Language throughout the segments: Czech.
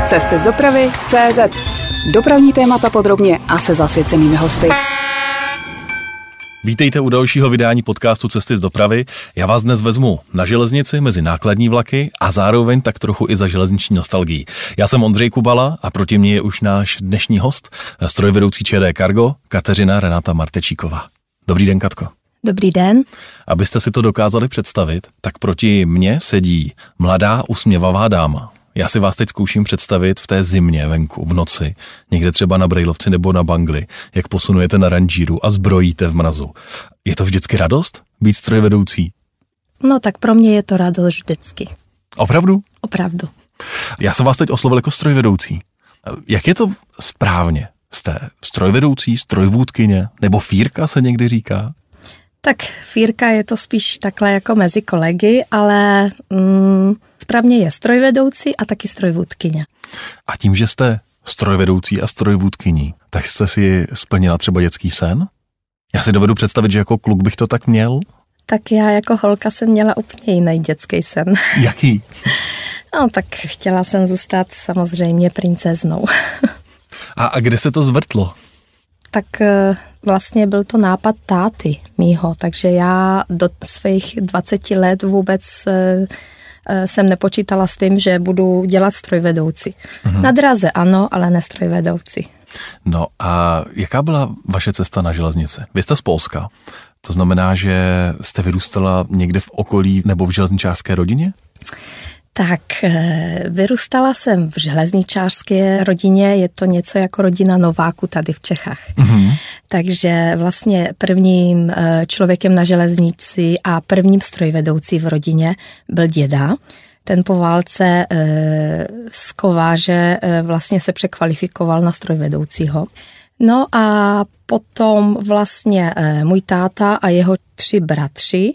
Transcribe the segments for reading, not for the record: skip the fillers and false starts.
Cesty z dopravy CZ. Dopravní témata podrobně a se zasvěcenými hosty. Vítejte u dalšího vydání podcastu Cesty z dopravy. Já vás dnes vezmu na železnici mezi nákladní vlaky a zároveň tak trochu i za železniční nostalgií. Já jsem Ondřej Kubala a proti mně je už náš dnešní host, strojvedoucí ČD Cargo, Kateřina Renata Martečíková. Dobrý den, Katko. Dobrý den. Abyste si to dokázali představit, tak proti mně sedí mladá usměvavá dáma. Já si vás teď zkouším představit v té zimě venku, v noci, někde třeba na Brejlovci nebo na Bangli, jak posunujete na ranžíru a zbrojíte v mrazu. Je to vždycky radost být strojvedoucí? No tak pro mě je to radost vždycky. Opravdu? Opravdu. Já jsem vás teď oslovil jako strojvedoucí. Jak je to správně? Jste strojvedoucí, strojvůdkyně nebo fírka se někdy říká? Tak fírka je to spíš takhle jako mezi kolegy, ale správně je strojvedoucí a taky strojvůdkyně. A tím, že jste strojvedoucí a strojvůdkyní, tak jste si splnila třeba dětský sen? Já si dovedu představit, že jako kluk bych to tak měl. Tak já jako holka jsem měla úplně jiný dětský sen. Jaký? No tak chtěla jsem zůstat samozřejmě princeznou. A kde se to zvrtlo? Tak vlastně byl to nápad táty mýho, takže já do svých 20 let vůbec jsem nepočítala s tím, že budu dělat strojvedoucí. Na draze ano, ale ne strojvedoucí. No a jaká byla vaše cesta na železnici? Vy jste z Polska, to znamená, že jste vyrůstala někde v okolí nebo v železničářské rodině? Tak, vyrůstala jsem v železničářské rodině, je to něco jako rodina Nováku tady v Čechách. Takže vlastně prvním člověkem na železnici a prvním strojvedoucí v rodině byl děda. Ten po válce z kováře vlastně se překvalifikoval na strojvedoucího. No a potom vlastně můj táta a jeho 3 bratři,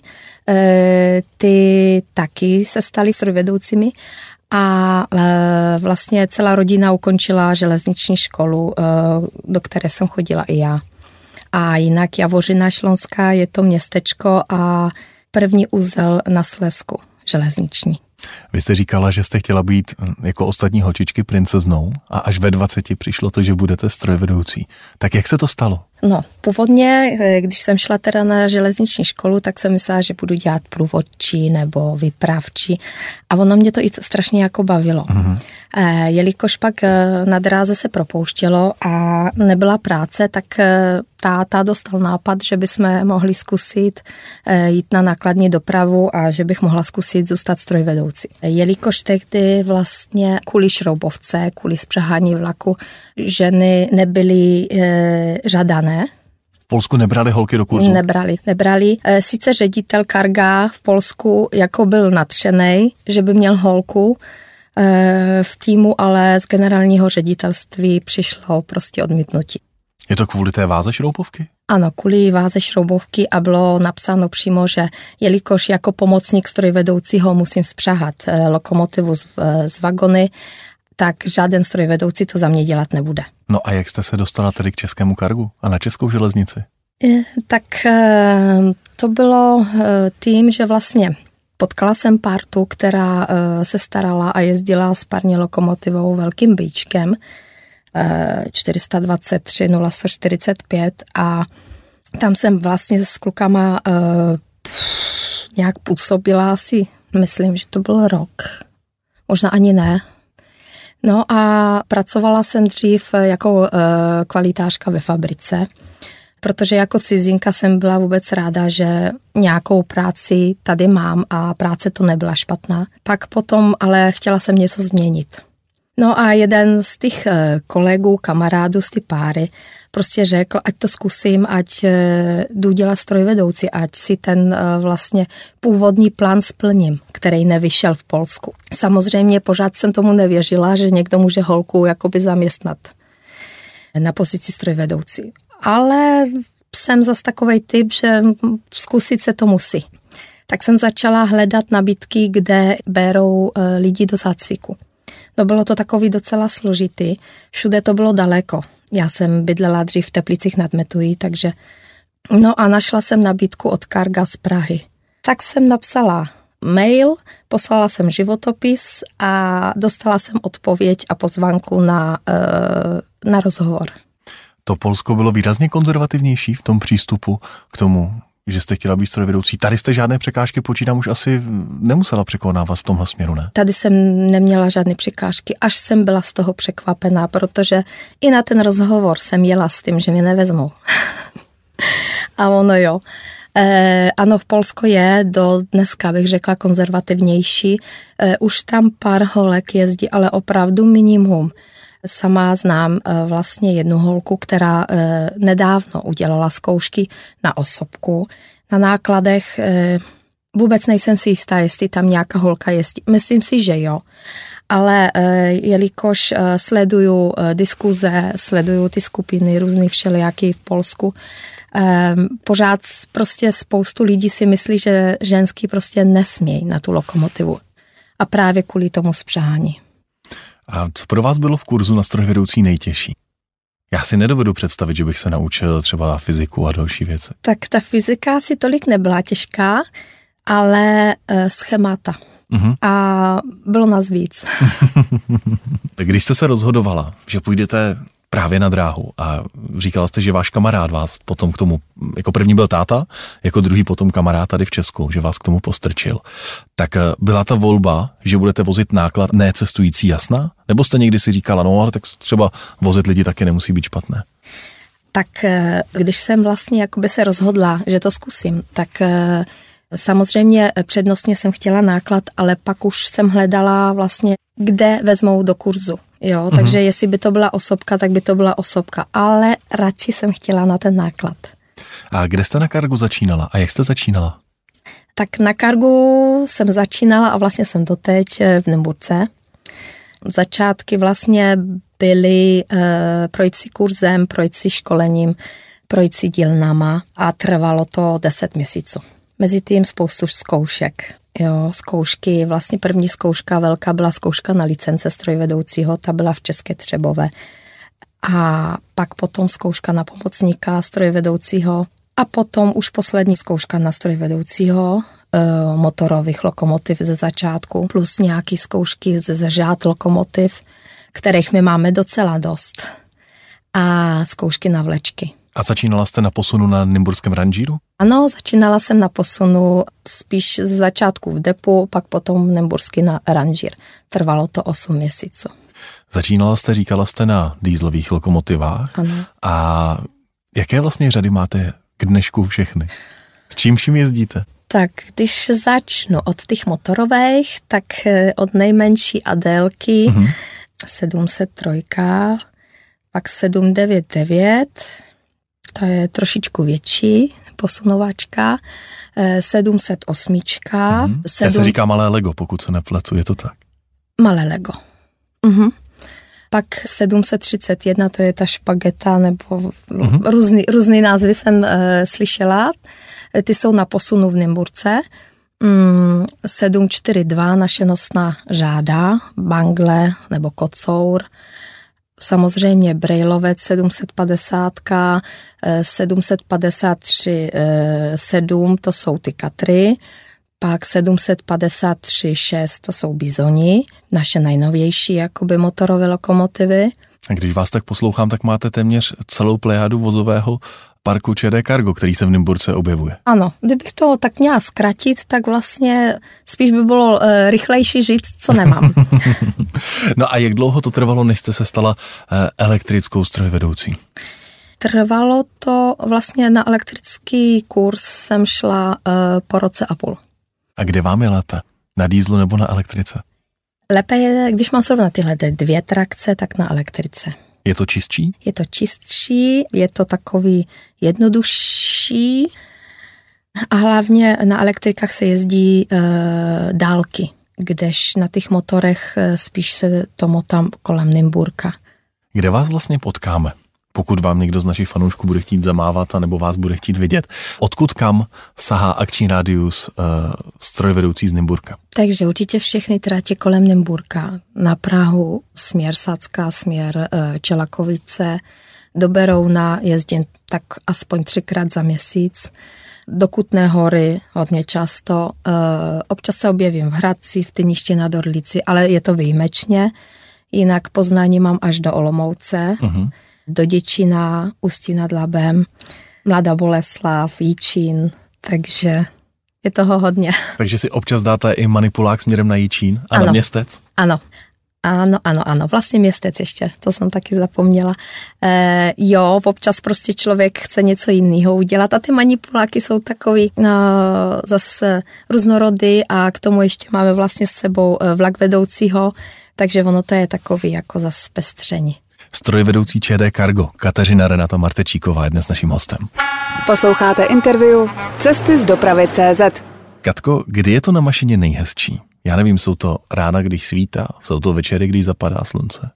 ty taky se stali strojvedoucími a vlastně celá rodina ukončila železniční školu, do které jsem chodila i já. A jinak Javořina Šlonská je to městečko a první uzel na Slezsku železniční. Vy jste říkala, že jste chtěla být jako ostatní holčičky princeznou a až ve 20 přišlo to, že budete strojvedoucí. Tak jak se to stalo? No, původně, když jsem šla teda na železniční školu, tak jsem myslela, že budu dělat průvodčí nebo vypravčí a ono mě to i strašně jako bavilo. Jelikož pak na dráze se propouštělo a nebyla práce, tak táta dostal nápad, že bychom mohli zkusit jít na nákladní dopravu a že bych mohla zkusit zůstat strojvedoucí. Jelikož tehdy vlastně kvůli šroubovce, kvůli spřahání vlaku, ženy nebyly žádané. V Polsku nebrali holky do kurzu? Nebrali. Sice ředitel Carga v Polsku jako byl nadšenej, že by měl holku v týmu, ale z generálního ředitelství přišlo prostě odmítnutí. Je to kvůli té váze šroubovky? Ano, kvůli váze šroubovky a bylo napsáno přímo, že jelikož jako pomocník strojvedoucího musím spřáhat lokomotivu z vagony, tak žádný strojvedoucí to za mě dělat nebude. No a jak jste se dostala tedy k českému Cargu a na českou železnici? Tak to bylo tím, že vlastně potkala jsem partu, která se starala a jezdila s parní lokomotivou velkým bíčkem 423 0145 a tam jsem vlastně s klukama nějak působila asi, myslím, že to byl rok, možná ani ne. No a pracovala jsem dřív jako kvalitářka ve fabrice, protože jako cizinka jsem byla vůbec ráda, že nějakou práci tady mám a práce to nebyla špatná. Pak potom ale chtěla jsem něco změnit. No a jeden z těch kolegů, kamarádů z ty páry prostě řekl, ať to zkusím, ať jdu dělat strojvedoucí, ať si ten vlastně původní plán splním, který nevyšel v Polsku. Samozřejmě pořád jsem tomu nevěřila, že někdo může holku jakoby zaměstnat na pozici strojvedoucí. Ale jsem zas takovej typ, že zkusit se to musí. Tak jsem začala hledat nabídky, kde berou lidi do zácviku. No bylo to takový docela složitý, všude to bylo daleko. Já jsem bydlela dřív v Teplicích nad Metují, takže... No a našla jsem nabídku od Carga z Prahy. Tak jsem napsala mail, poslala jsem životopis a dostala jsem odpověď a pozvánku na rozhovor. To Polsko bylo výrazně konzervativnější v tom přístupu k tomu, že jste chtěla být strojvedoucí. Tady jste žádné překážky, počítám, už asi nemusela překonávat v tomhle směru, ne? Tady jsem neměla žádné překážky, až jsem byla z toho překvapená, protože i na ten rozhovor jsem jela s tím, že mě nevezmou. A ono jo. Ano, v Polsko je do dneska, bych řekla, konzervativnější. Už tam pár holek jezdí, ale opravdu minimum. Sama znám vlastně jednu holku, která nedávno udělala zkoušky na osobku. Na nákladech vůbec nejsem si jistá, jestli tam nějaká holka jezdí. Myslím si, že jo. Ale jelikož sleduju diskuze, sleduju ty skupiny různých všelijaký v Polsku, pořád prostě spoustu lidí si myslí, že ženský prostě nesmějí na tu lokomotivu. A právě kvůli tomu spřání. A co pro vás bylo v kurzu na strojvedoucí nejtěžší? Já si nedovedu představit, že bych se naučil třeba fyziku a další věci. Tak ta fyzika asi tolik nebyla těžká, ale schémata. A bylo nás víc. Tak když jste se rozhodovala, že půjdete právě na dráhu a říkala jste, že váš kamarád vás potom k tomu, jako první byl táta, jako druhý potom kamarád tady v Česku, že vás k tomu postrčil, tak byla ta volba, že budete vozit náklad, ne cestující, jasná? Nebo jste někdy si říkala, no ale tak třeba vozit lidi taky nemusí být špatné? Tak když jsem vlastně jakoby se rozhodla, že to zkusím, tak samozřejmě přednostně jsem chtěla náklad, ale pak už jsem hledala vlastně, kde vezmou do kurzu. Jo, takže jestli by to byla osobka, tak by to byla osobka, ale radši jsem chtěla na ten náklad. A kde jste na Cargu začínala a jak jste začínala? Tak na Cargu jsem začínala a vlastně jsem doteď v Nymburce. Začátky vlastně byly projít si kurzem, projít si školením, projít si dílnama a trvalo to 10 měsíců. Mezi tím spoustu zkoušek. Jo, zkoušky, vlastně první zkouška velká byla zkouška na licence strojvedoucího, ta byla v České Třebové. A pak potom zkouška na pomocníka strojvedoucího a potom už poslední zkouška na strojvedoucího motorových lokomotiv ze začátku, plus nějaký zkoušky ze řád lokomotiv, kterých my máme docela dost. A zkoušky na vlečky. A začínala jste na posunu na nymburském ranžíru? Ano, začínala jsem na posunu spíš z začátku v depu, pak potom nymburský na ranžír. Trvalo to 8 měsíců. Začínala jste, říkala jste na dieselových lokomotivách. Ano. A jaké vlastně řady máte k dnešku všechny? S čím vším jezdíte? Tak když začnu od těch motorových, tak od nejmenší Adélky 703, pak 799, to je trošičku větší posunovačka, 708. Já se říká malé Lego, pokud se nepletu, je to tak? Malé Lego. Pak 731, to je ta špageta, nebo různý názvy jsem slyšela. Ty jsou na posunu v Nymburce. 742, naše nosná řáda, bangle nebo kocour. Samozřejmě brejlovec 750, 753 7, to jsou ty katry, pak 753 6, to jsou bizoni, naše nejnovější jakoby motorové lokomotivy. A když vás tak poslouchám, tak máte téměř celou plejádu vozového parku ČD Cargo, který se v Nymburce objevuje. Ano, kdybych to tak měla zkratit, tak vlastně spíš by bylo rychlejší říct, co nemám. No a jak dlouho to trvalo, než jste se stala elektrickou strojvedoucí? Trvalo to vlastně na elektrický kurz jsem šla po roce a půl. A kde vám je lépe? Na dýzlu nebo na elektrice? Lépe je, když mám srovnat tyhle 2 trakce, tak na elektrice. Je to čistší? Je to čistší, je to takový jednodušší a hlavně na elektrikách se jezdí dálky, kdež na těch motorech spíš se to motám kolem Nymburka. Kde vás vlastně potkáme? Pokud vám někdo z našich fanoušků bude chtít zamávat a nebo vás bude chtít vidět. Odkud kam sahá akční rádius strojvedoucí z Nymburka? Takže určitě všechny tratě kolem Nymburka. Na Prahu směr Sacka, směr Čelakovice, do Berouna jezdím tak aspoň 3krát za měsíc. do Kutné Hory hodně často. Občas se objevím v Hradci, v Tyništi nad Orlici, ale je to výjimečně. Jinak Poznání mám až do Olomouce, do Děčína, Ústí nad Labem, Mladá Boleslav, Jičín, takže je toho hodně. Takže si občas dáte i manipulák směrem na Jičín a na Městec? Ano. Vlastně Městec ještě, to jsem taky zapomněla. Jo, občas prostě člověk chce něco jiného udělat a ty manipuláky jsou takový zase různorodý a k tomu ještě máme vlastně s sebou vlak vedoucího, takže ono to je takový jako zase zpestření. Strojvedoucí ČD Cargo Kateřina Renata Martečíková je dnes naším hostem. Posloucháte interview Cesty z dopravy.cz. Katko, kdy je to na mašině nejhezčí? Já nevím, jsou to rána, když svítá, jsou to večery, když zapadá slunce?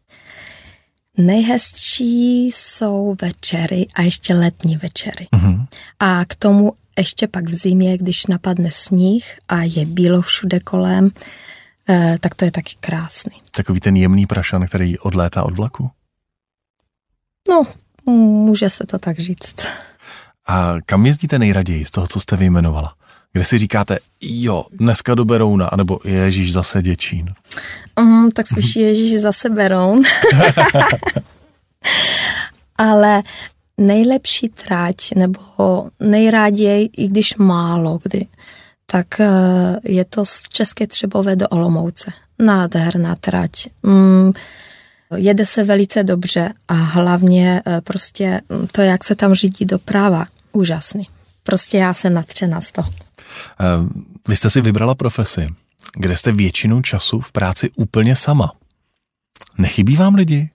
Nejhezčí jsou večery a ještě letní večery. A k tomu ještě pak v zimě, když napadne sníh a je bílo všude kolem, tak to je taky krásný. Takový ten jemný prašan, který odlétá od vlaku? No, může se to tak říct. A kam jezdíte nejraději z toho, co jste vyjmenovala? Kde si říkáte, jo, dneska do Berouna, anebo Ježíš zase Děčín? Tak spíš Ježíš zase Beroun. Ale nejlepší trať, nebo nejraději, i když málo kdy, tak je to z České Třebové do Olomouce. Nádherná trať. Jede se velice dobře a hlavně prostě to, jak se tam řídí doprava, úžasný. Prostě já jsem nadšená z toho. Vy jste si vybrala profesi, kde jste většinu času v práci úplně sama. Nechybí vám lidi?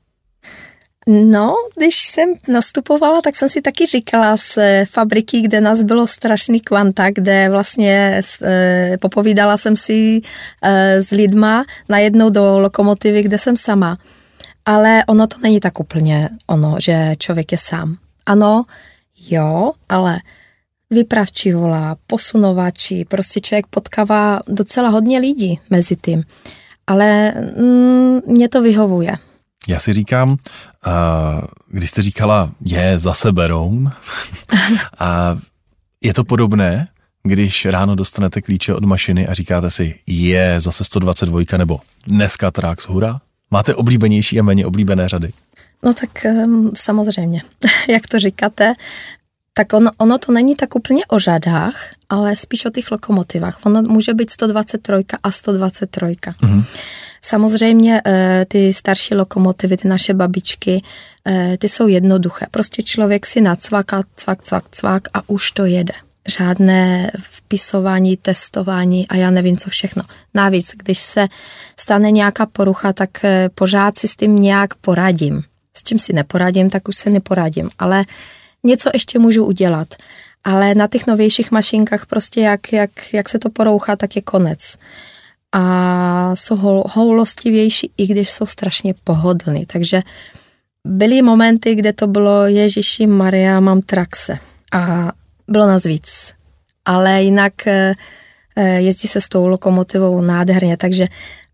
No, když jsem nastupovala, tak jsem si taky říkala z fabriky, kde nás bylo strašný kvanta, kde vlastně popovídala jsem si s lidma najednou do lokomotivy, kde jsem sama. Ale ono to není tak úplně ono, že člověk je sám. Ano, jo, ale vypravčí volá, posunovači, prostě člověk potkává docela hodně lidí mezi tím. Ale mě to vyhovuje. Já si říkám, když jste říkala, je zase Beroun, a je to podobné, když ráno dostanete klíče od mašiny a říkáte si, je zase 122 nebo dneska Trax, hurá? Máte oblíbenější a méně oblíbené řady? No tak samozřejmě, jak to říkáte, tak ono to není tak úplně o řadách, ale spíš o těch lokomotivách. Ono může být 123 a 123. Samozřejmě ty starší lokomotivy, ty naše babičky, ty jsou jednoduché. Prostě člověk si nacvaká, cvak a už to jede. Žádné vpisování, testování a já nevím co všechno. Navíc, když se stane nějaká porucha, tak pořád si s tím nějak poradím. S čím si neporadím, tak už se neporadím, ale něco ještě můžu udělat. Ale na těch novějších mašinkách prostě jak se to porouchá, tak je konec. A jsou houlostivější, i když jsou strašně pohodlný. Takže byly momenty, kde to bylo Ježíši Maria, mám Traxe. A bylo nás víc. Ale jinak jezdí se s tou lokomotivou nádherně, takže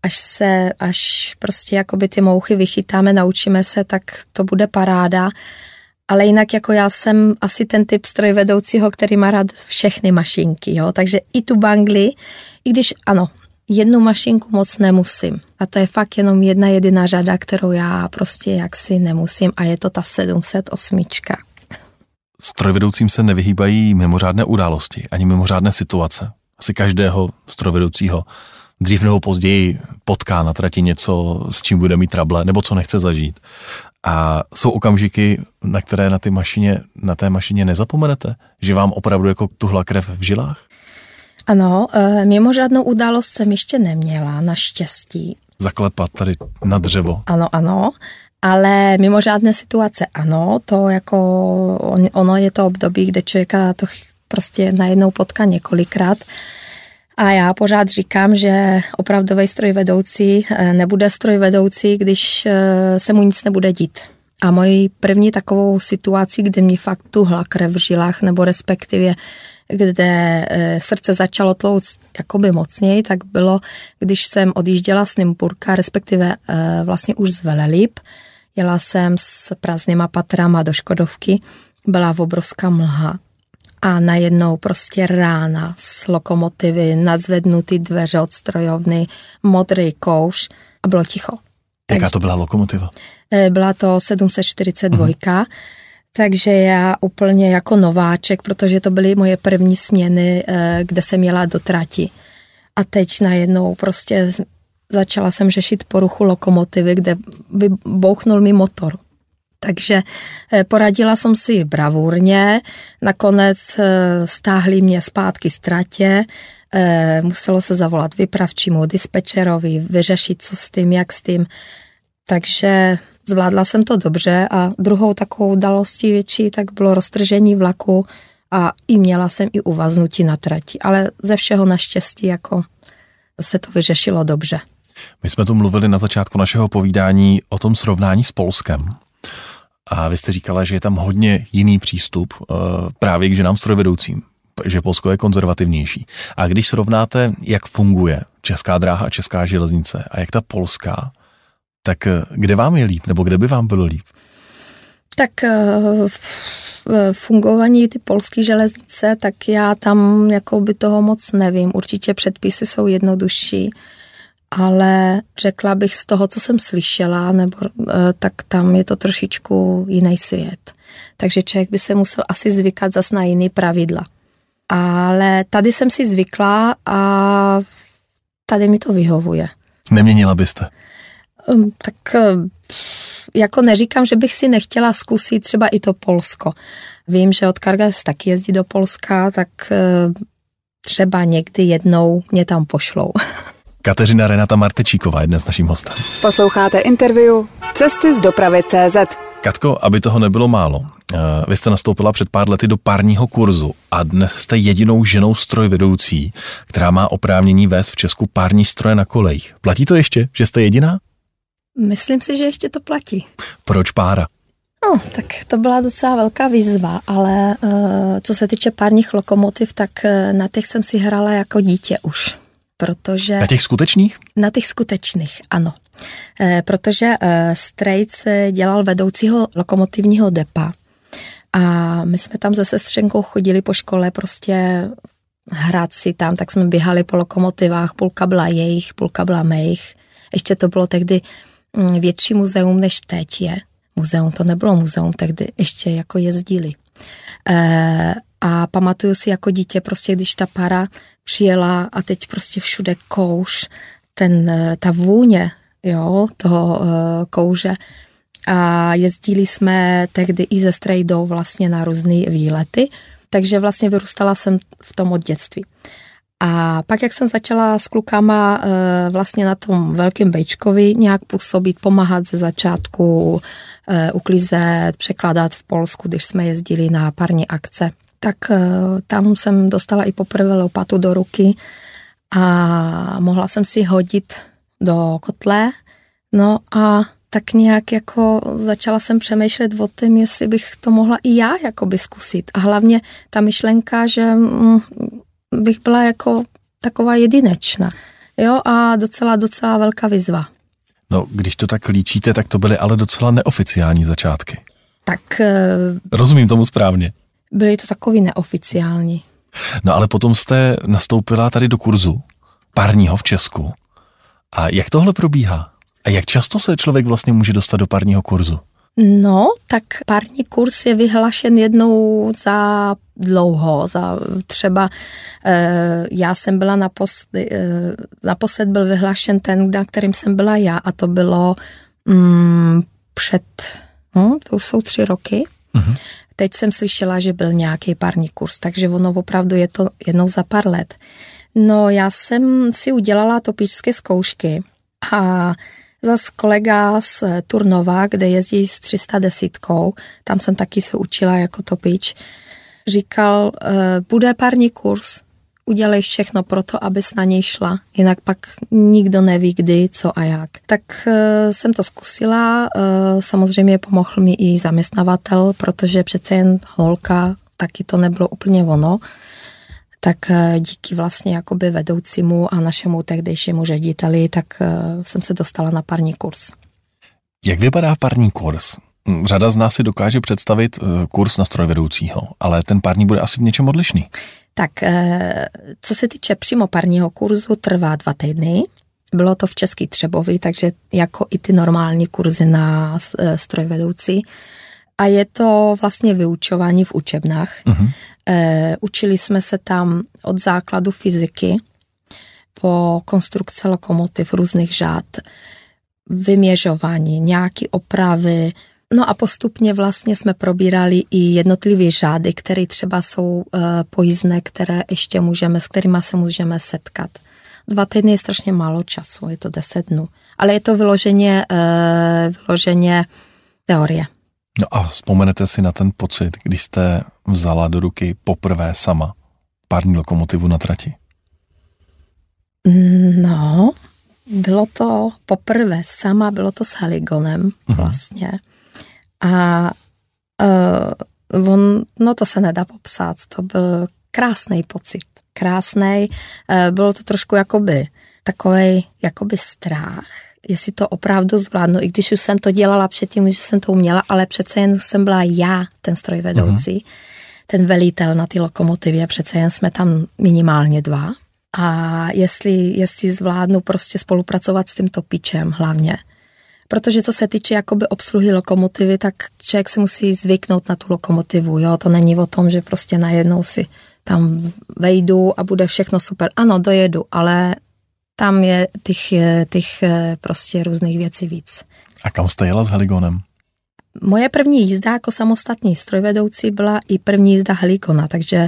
až prostě jakoby ty mouchy vychytáme, naučíme se, tak to bude paráda. Ale jinak jako já jsem asi ten typ strojvedoucího, který má rád všechny mašinky, jo, takže i tu bangli, i když ano, jednu mašinku moc nemusím. A to je fakt jenom jedna jediná řada, kterou já prostě jaksi nemusím a je to ta 708. Strojvedoucím se nevyhýbají mimořádné události, ani mimořádné situace. Asi každého strojvedoucího dřív nebo později potká na trati něco, s čím bude mít trable, nebo co nechce zažít. A jsou okamžiky, na které na té mašině nezapomenete? Že vám opravdu jako tuhla krev v žilách? Ano, mimořádnou událost jsem ještě neměla, naštěstí. Zaklepat tady na dřevo. Ano, ale mimořádné situace ano, to jako ono je to období, kde člověka to prostě najednou potká několikrát. A já pořád říkám, že opravdový strojvedoucí nebude strojvedoucí, když se mu nic nebude dít. A mojí první takovou situaci, kde mi fakt tuhla krev v žilách, nebo respektive kde srdce začalo tlouct jakoby mocněji, tak bylo, když jsem odjížděla z Nymburka, respektive vlastně už z Velelíp. Jela jsem s prázdnýma patrama do Škodovky, byla obrovská mlha a najednou prostě rána z lokomotivy, nadzvednutý dveře od strojovny, modrý kouš a bylo ticho. Jaká to byla lokomotiva? Byla to 742, takže já úplně jako nováček, protože to byly moje první směny, kde jsem jela do trati. A teď najednou prostě začala jsem řešit poruchu lokomotivy, kde bouchnul mi motor. Takže poradila jsem si bravurně, nakonec stáhli mě zpátky z tratě, muselo se zavolat vypravčímu, dispečerovi, vyřešit co s tím, jak s tím. Takže zvládla jsem to dobře a druhou takovou událostí větší tak bylo roztržení vlaku a měla jsem i uvaznutí na trati, ale ze všeho naštěstí jako se to vyřešilo dobře. My jsme tu mluvili na začátku našeho povídání o tom srovnání s Polskem. A vy jste říkala, že je tam hodně jiný přístup právě k ženám strojvedoucím, že Polsko je konzervativnější. A když srovnáte, jak funguje česká dráha a česká železnice a jak ta polská, tak kde vám je líp, nebo kde by vám bylo líp? Tak fungování ty polské železnice, tak já tam jako by toho moc nevím. Určitě předpisy jsou jednodušší, ale řekla bych z toho, co jsem slyšela, nebo tak tam je to trošičku jiný svět. Takže člověk by se musel asi zvykat zas na jiný pravidla. Ale tady jsem si zvykla a tady mi to vyhovuje. Neměnila byste? Tak jako neříkám, že bych si nechtěla zkusit třeba i to Polsko. Vím, že od Cargas taky jezdí do Polska, tak třeba někdy jednou mě tam pošlou. Kateřina Renata Martečíková je dnes naším hostem. Posloucháte interview Cesty z dopravy.cz. Katko, aby toho nebylo málo, vy jste nastoupila před pár lety do párního kurzu a dnes jste jedinou ženou strojvedoucí, která má oprávnění vést v Česku pární stroje na kolejích. Platí to ještě, že jste jediná? Myslím si, že ještě to platí. Proč pára? No, tak to byla docela velká výzva, ale co se týče párních lokomotiv, tak na těch jsem si hrála jako dítě už. Protože Na těch skutečných? Na těch skutečných, ano. Protože strejc dělal vedoucího lokomotivního depa a my jsme tam se sestřenkou chodili po škole prostě hrát si tam, tak jsme běhali po lokomotivách, půlka byla jejich, půlka byla mých. Ještě to bylo tehdy větší muzeum, než teď je. Muzeum, to nebylo muzeum, tehdy ještě jako jezdili. A pamatuju si jako dítě prostě, když ta para přijela a teď prostě všude kouš, ta vůně, jo, toho kouře. A jezdili jsme tehdy i se strejdou vlastně na různé výlety, takže vlastně vyrůstala jsem v tom od dětství. A pak, jak jsem začala s klukama vlastně na tom velkém Bejčkovi nějak působit, pomáhat ze začátku, uklízet, překládat v Polsku, když jsme jezdili na pární akce, tak tam jsem dostala i poprvé lopatu do ruky a mohla jsem si hodit do kotle. No a tak nějak jako začala jsem přemýšlet o tom, jestli bych to mohla i já jakoby zkusit. A hlavně ta myšlenka, že bych byla jako taková jedinečná. Jo, a docela velká výzva. No, když to tak líčíte, tak to byly ale docela neoficiální začátky. Tak rozumím tomu správně. Byly to takový neoficiální. No ale potom jste nastoupila tady do kurzu párního v Česku. A jak tohle probíhá? A jak často se člověk vlastně může dostat do párního kurzu? No, tak pární kurz je vyhlášen jednou za dlouho, za třeba já jsem byla naposled byl vyhlášen ten, na kterým jsem byla já a to bylo to už jsou 3 roky. Mm-hmm. Teď jsem slyšela, že byl nějaký pární kurz, takže ono opravdu je to jednou za pár let. No, já jsem si udělala topičské zkoušky a zas kolega z Turnova, kde jezdí s 310, tam jsem taky se učila jako topič, říkal, bude pární kurz, udělej všechno pro to, abys na něj šla, jinak pak nikdo neví kdy, co a jak. Tak jsem to zkusila, samozřejmě pomohl mi i zaměstnavatel, protože přece jen holka, taky to nebylo úplně ono. Tak díky vlastně jakoby vedoucímu a našemu tehdejšímu řediteli, tak jsem se dostala na pární kurz. Jak vypadá pární kurz? Řada z nás si dokáže představit kurz na strojvedoucího, ale ten pární bude asi v něčem odlišný. Tak, co se týče přímo párního kurzu, trvá 2 týdny. Bylo to v České Třebově, takže jako i ty normální kurzy na strojvedoucí. A je to vlastně vyučování v učebnách. Učili jsme se tam od základu fyziky po konstrukce lokomotiv různých řád, vyměřování, nějaké opravy. No a postupně vlastně jsme probírali i jednotlivé řády, které třeba jsou pojízdné, které ještě s kterými se můžeme setkat. 2 týdny je strašně málo času, je to 10 dnů. Ale je to vyloženě teorie. No a vzpomenete si na ten pocit, když jste vzala do ruky poprvé sama pární lokomotivu na trati? No, bylo to poprvé sama, bylo to s heligonem vlastně. A to se nedá popsat, to byl krásný pocit. Krásnej, bylo to trošku takovej strach, jestli to opravdu zvládnu, i když už jsem to dělala předtím, že jsem to uměla, ale přece jen už jsem byla já, ten strojvedoucí, ten velitel na ty lokomotivě, přece jen jsme tam minimálně 2. A jestli zvládnu prostě spolupracovat s tím topičem hlavně. Protože co se týče jakoby obsluhy lokomotivy, tak člověk se musí zvyknout na tu lokomotivu, jo, to není o tom, že prostě najednou si tam vejdu a bude všechno super. Ano, dojedu, ale tam je těch prostě různých věcí víc. A kam jste jela s heligonem? Moje první jízda jako samostatný strojvedoucí byla i první jízda heligona, takže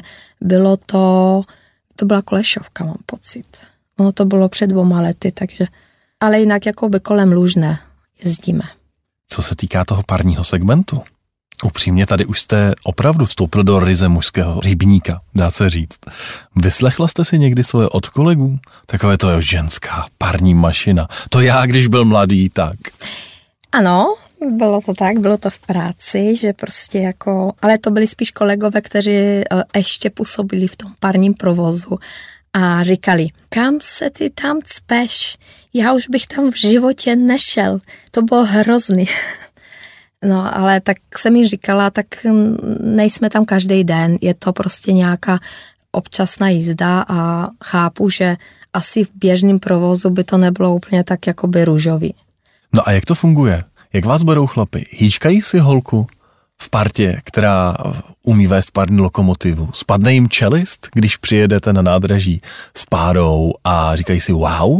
to byla Kolešovka, mám pocit. Ono to bylo před 2 lety, takže, ale jinak jakoby kolem Lužné jezdíme. Co se týká toho párního segmentu, upřímně tady už jste opravdu vstoupil do ryze mužského rybníka, dá se říct. Vyslechla jste si někdy svoje od kolegů? Takové to je ženská pární mašina. To já, když byl mladý, tak. Ano, bylo to tak, bylo to v práci, že prostě ale to byli spíš kolegové, kteří ještě působili v tom párním provozu a říkali, kam se ty tam cpeš? Já už bych tam v životě nešel. To bylo hrozný. No, ale tak jsem jim říkala, tak nejsme tam každý den, je to prostě nějaká občasná jízda a chápu, že asi v běžném provozu by to nebylo úplně tak jakoby růžový. No a jak to funguje? Jak vás berou chlapi? Hýčkají si holku v partě, která umí vést pární lokomotivu? Spadne jim čelist, když přijedete na nádraží s párou a říkají si wow?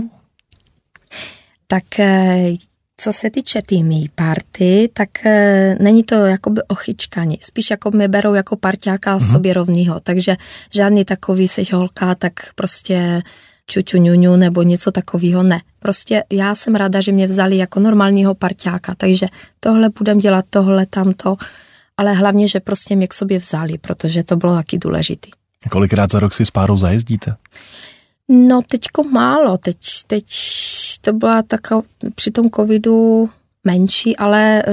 Tak co se týče týmí party, tak není to jakoby ochyčkání. Spíš jako mě berou jako parťáka sobě rovnýho, takže žádný takový seš holka, tak prostě čučuňuňu nebo něco takového ne. Prostě já jsem ráda, že mě vzali jako normálního parťáka, takže tohle budem dělat, tohle, tamto, ale hlavně, že prostě mě k sobě vzali, protože to bylo taky důležitý. Kolikrát za rok si s párou zajezdíte? No teďko málo, teď to byla taková při tom covidu menší, ale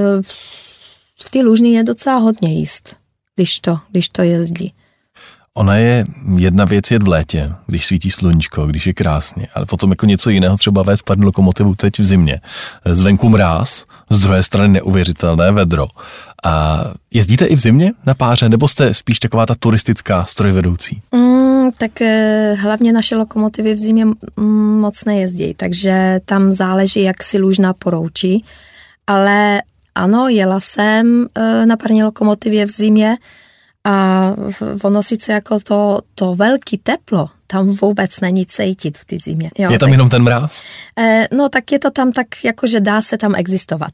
v té Lužný je docela hodně jíst, když to jezdí. Ona je, jedna věc je v létě, když svítí sluníčko, když je krásně, ale potom jako něco jiného třeba vést pární lokomotivu teď v zimě. Zvenku mráz, z druhé strany neuvěřitelné vedro. A jezdíte i v zimě na páře, nebo jste spíš taková ta turistická strojvedoucí? Tak hlavně naše lokomotivy v zimě moc nejezdí, takže tam záleží, jak si Lužná poroučí. Ale ano, jela jsem na pární lokomotivě v zimě, a ono sice jako to velký teplo, tam vůbec není cítit v té zimě. Jo, je tam jenom ten mráz? No tak je to tam tak, jakože dá se tam existovat.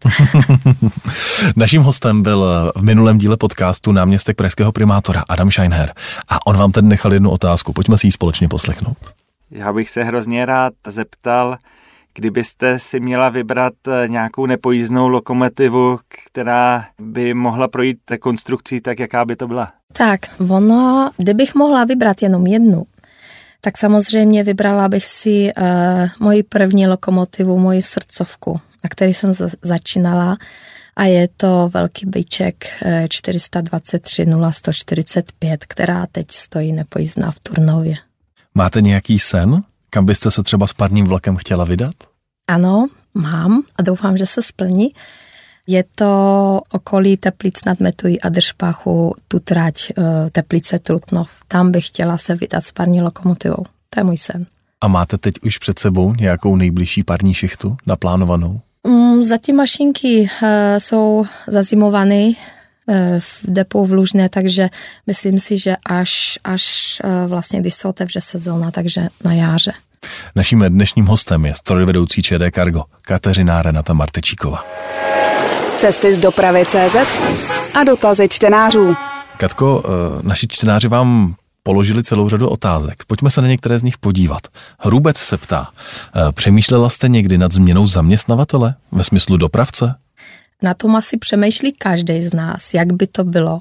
Naším hostem byl v minulém díle podcastu náměstek pražského primátora Adam Scheinher a on vám tady nechal jednu otázku. Pojďme si ji společně poslechnout. Já bych se hrozně rád zeptal, kdybyste si měla vybrat nějakou nepojízdnou lokomotivu, která by mohla projít rekonstrukcí, tak jaká by to byla? Tak, kdybych mohla vybrat jenom jednu, tak samozřejmě vybrala bych si moji první lokomotivu, moji srdcovku, na který jsem začínala, a je to velký bejček 423 0145, která teď stojí nepojízdná v Turnově. Máte nějaký sen? Kam byste se třeba s párním vlakem chtěla vydat? Ano, mám a doufám, že se splní. Je to okolí Teplic nad Metují a Držpachu, tu trať Teplice Trutnov. Tam bych chtěla se vydat s parní lokomotivou. To je můj sen. A máte teď už před sebou nějakou nejbližší parní šichtu naplánovanou? Zatím mašinky jsou zazimované v depu v Lužné, takže myslím si, že až vlastně, když se otevře sezóna, takže na jáře. Naším dnešním hostem je strojvedoucí ČD Cargo Kateřina Renata Martečíková. Cesty z dopravy.cz a dotazy čtenářů. Katko, naši čtenáři vám položili celou řadu otázek. Pojďme se na některé z nich podívat. Hrubec se ptá, přemýšlela jste někdy nad změnou zaměstnavatele ve smyslu dopravce? Na tom asi přemýšlí každý z nás, jak by to bylo.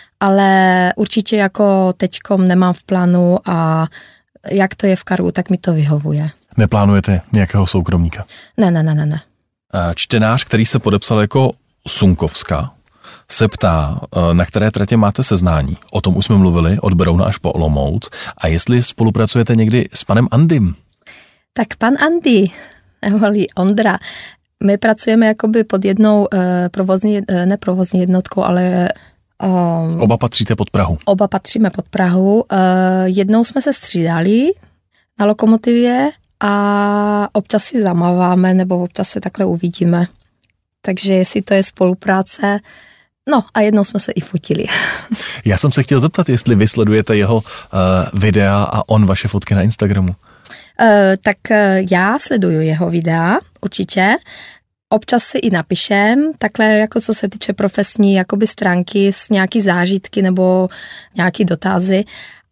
Ale určitě jako teďkom nemám v plánu a jak to je v Cargu, tak mi to vyhovuje. Neplánujete nějakého soukromníka? Ne. Čtenář, který se podepsal jako Sunkovska, se ptá, na které tratě máte seznání. O tom už jsme mluvili, od Berouna až po Olomouc. A jestli spolupracujete někdy s panem Andym? Tak pan Andy, neboli Ondra, my pracujeme jakoby pod jednou neprovozní jednotkou, ale... Oba patříte pod Prahu. Oba patříme pod Prahu. Jednou jsme se střídali na lokomotivě a občas si zamáváme, nebo občas se takhle uvidíme. Takže jestli to je spolupráce, no a jednou jsme se i fotili. Já jsem se chtěl zeptat, jestli vy sledujete jeho videa a on vaše fotky na Instagramu. Tak já sleduju jeho videa, určitě. Občas si i napíšem, takhle jako co se týče profesní jakoby stránky s nějaký zážitky nebo nějaký dotazy.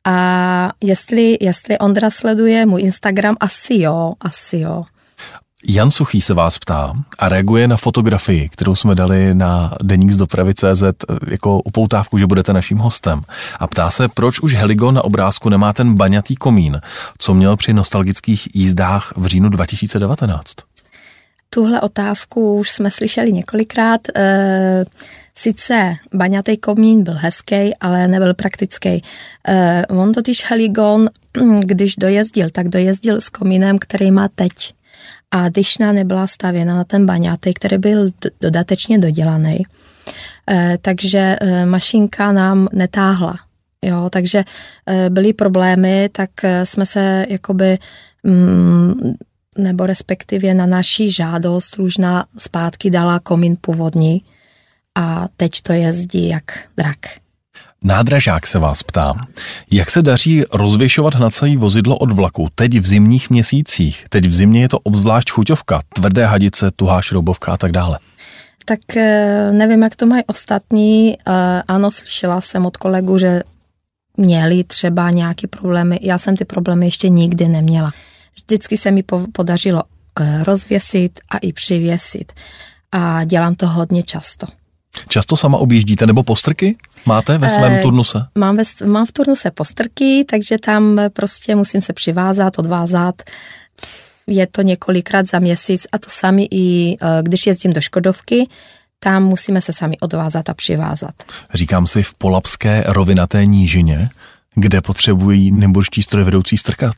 A jestli Ondra sleduje můj Instagram, asi jo. Jan Suchý se vás ptá a reaguje na fotografii, kterou jsme dali na deník z dopravy.cz jako upoutávku, že budete naším hostem. A ptá se, proč už Heligon na obrázku nemá ten baňatý komín, co měl při nostalgických jízdách v říjnu 2019. Tuhle otázku už jsme slyšeli několikrát. Sice baňatý komín byl hezký, ale nebyl praktický. On totiž Heligon, když dojezdil, tak dojezdil s komínem, který má teď. A dyšna nebyla stavěna na ten baňatý, který byl dodatečně dodělaný. Takže mašinka nám netáhla. Jo, takže byly problémy, tak jsme se jakoby... nebo respektive na naší žádost Lužna zpátky dala komín původní a teď to jezdí jak drak. Nádražák se vás ptá, jak se daří rozvěšovat hnací vozidlo od vlaku teď v zimních měsících? Teď v zimě je to obzvlášť chuťovka, tvrdé hadice, tuhá šroubovka a tak dále. Tak nevím, jak to mají ostatní. Ano, slyšela jsem od kolegů, že měli třeba nějaké problémy. Já jsem ty problémy ještě nikdy neměla. Vždycky se mi podařilo rozvěsit a i přivěsit. A dělám to hodně často. Často sama objíždíte nebo postrky máte ve svém turnuse? Mám v turnuse postrky, takže tam prostě musím se přivázat, odvázat. Je to několikrát za měsíc a to sami i když jezdím do Škodovky, tam musíme se sami odvázat a přivázat. Říkám si v polabské rovinaté nížině, kde potřebují nymburští strojvedoucí strkat.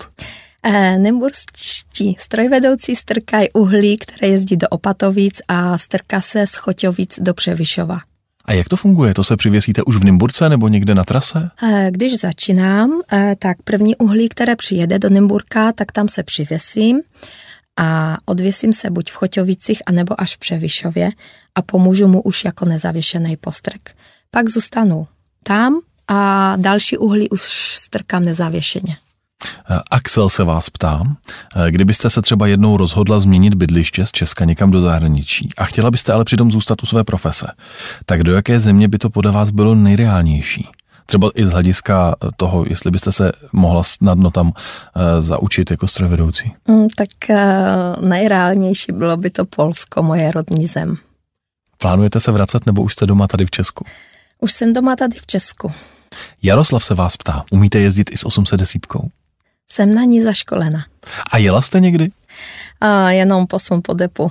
Nymburští strojvedoucí strkají uhlí, které jezdí do Opatovic a strká se z Choťovic do Převyšova. A jak to funguje? To se přivěsíte už v Nymburce nebo někde na trase? Když začínám, tak první uhlí, které přijede do Nymburka, tak tam se přivěsím a odvěsím se buď v Choťovicích, anebo až v Převyšově a pomůžu mu už jako nezavěšený postrk. Pak zůstanu tam a další uhlí už strkám nezavěšeně. Axel se vás ptá, kdybyste se třeba jednou rozhodla změnit bydliště z Česka někam do zahraničí a chtěla byste ale přitom zůstat u své profese, tak do jaké země by to podle vás bylo nejreálnější? Třeba i z hlediska toho, jestli byste se mohla snadno tam zaučit jako strojvedoucí. Tak nejreálnější bylo by to Polsko, moje rodní zem. Plánujete se vracet nebo už jste doma tady v Česku? Už jsem doma tady v Česku. Jaroslav se vás ptá, umíte jezdit i s 810? Jsem na ní zaškolena. A jela jste někdy? Jenom posun po depu.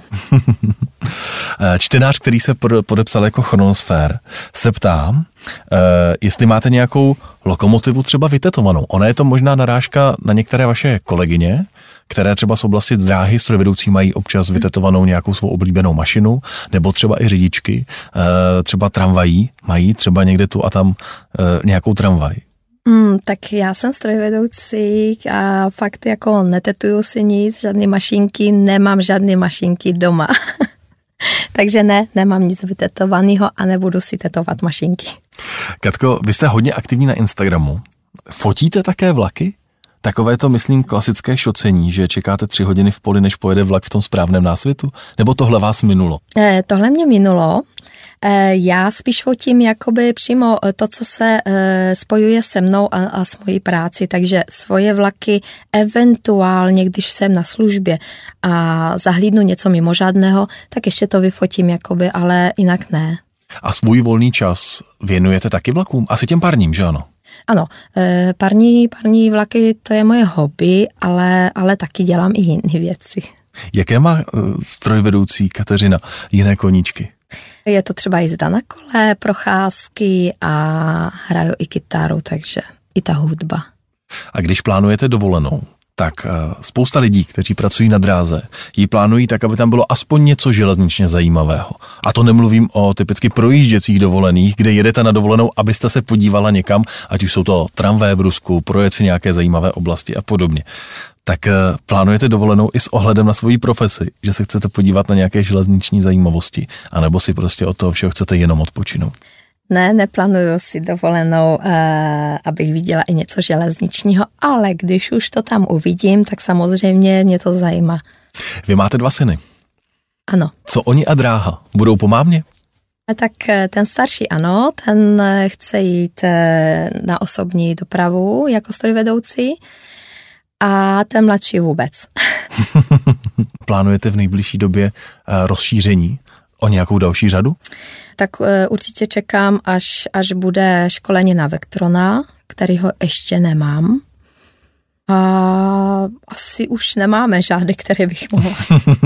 Čtenář, který se podepsal jako Chronosfér, se ptá, jestli máte nějakou lokomotivu třeba vytetovanou. Ona je to možná narážka na některé vaše kolegyně, které třeba z oblasti dráhy strojvedoucí mají občas vytetovanou nějakou svou oblíbenou mašinu, nebo třeba i řidičky, třeba tramvají, mají třeba někde tu a tam nějakou tramvaj. Tak já jsem strojvedoucí a fakt jako netetuju si nic, žádné mašinky, nemám žádné mašinky doma. Takže nemám nic vytetovaného a nebudu si tetovat mašinky. Katko, vy jste hodně aktivní na Instagramu. Fotíte také vlaky? Takové to, myslím, klasické šocení, že čekáte 3 hodiny v poli, než pojede vlak v tom správném násvitu? Nebo tohle vás minulo? Tohle mě minulo. Já spíš fotím jakoby přímo to, co se spojuje se mnou a s mojí práci, takže svoje vlaky eventuálně, když jsem na službě a zahlídnu něco mimořádného, tak ještě to vyfotím jakoby, ale jinak ne. A svůj volný čas věnujete taky vlakům? Asi těm parním, že ano? Ano, parní vlaky, to je moje hobby, ale taky dělám i jiné věci. Jaké má strojvedoucí Kateřina jiné koníčky? Je to třeba jízda na kole, procházky a hraju i kytaru, takže i ta hudba. A když plánujete dovolenou, tak spousta lidí, kteří pracují na dráze, ji plánují tak, aby tam bylo aspoň něco železničně zajímavého. A to nemluvím o typicky projížděcích dovolených, kde jedete na dovolenou, abyste se podívala někam, ať už jsou to tramvaje v Rusku, projet si nějaké zajímavé oblasti a podobně. Tak plánujete dovolenou i s ohledem na svoji profesi, že se chcete podívat na nějaké železniční zajímavosti, anebo si prostě od toho všeho chcete jenom odpočinout? Ne, neplánuju si dovolenou, abych viděla i něco železničního, ale když už to tam uvidím, tak samozřejmě mě to zajímá. Vy máte 2 syny. Ano. Co oni a dráha? Budou po mámě? Tak ten starší ano, ten chce jít na osobní dopravu jako strojvedoucí a ten mladší vůbec. Plánujete v nejbližší době rozšíření o nějakou další řadu? Tak určitě čekám, až bude školení na Vectrona, kterýho ještě nemám. A asi už nemáme žádný, který bych mohla.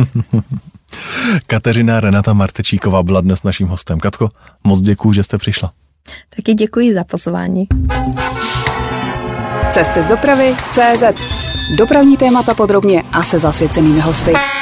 Kateřina Renata Martečíková byla dnes naším hostem. Katko, moc děkuju, že jste přišla. Taky děkuji za pozvání. Cesty z dopravy CZ. Dopravní témata podrobně a se zasvěcenými hosty.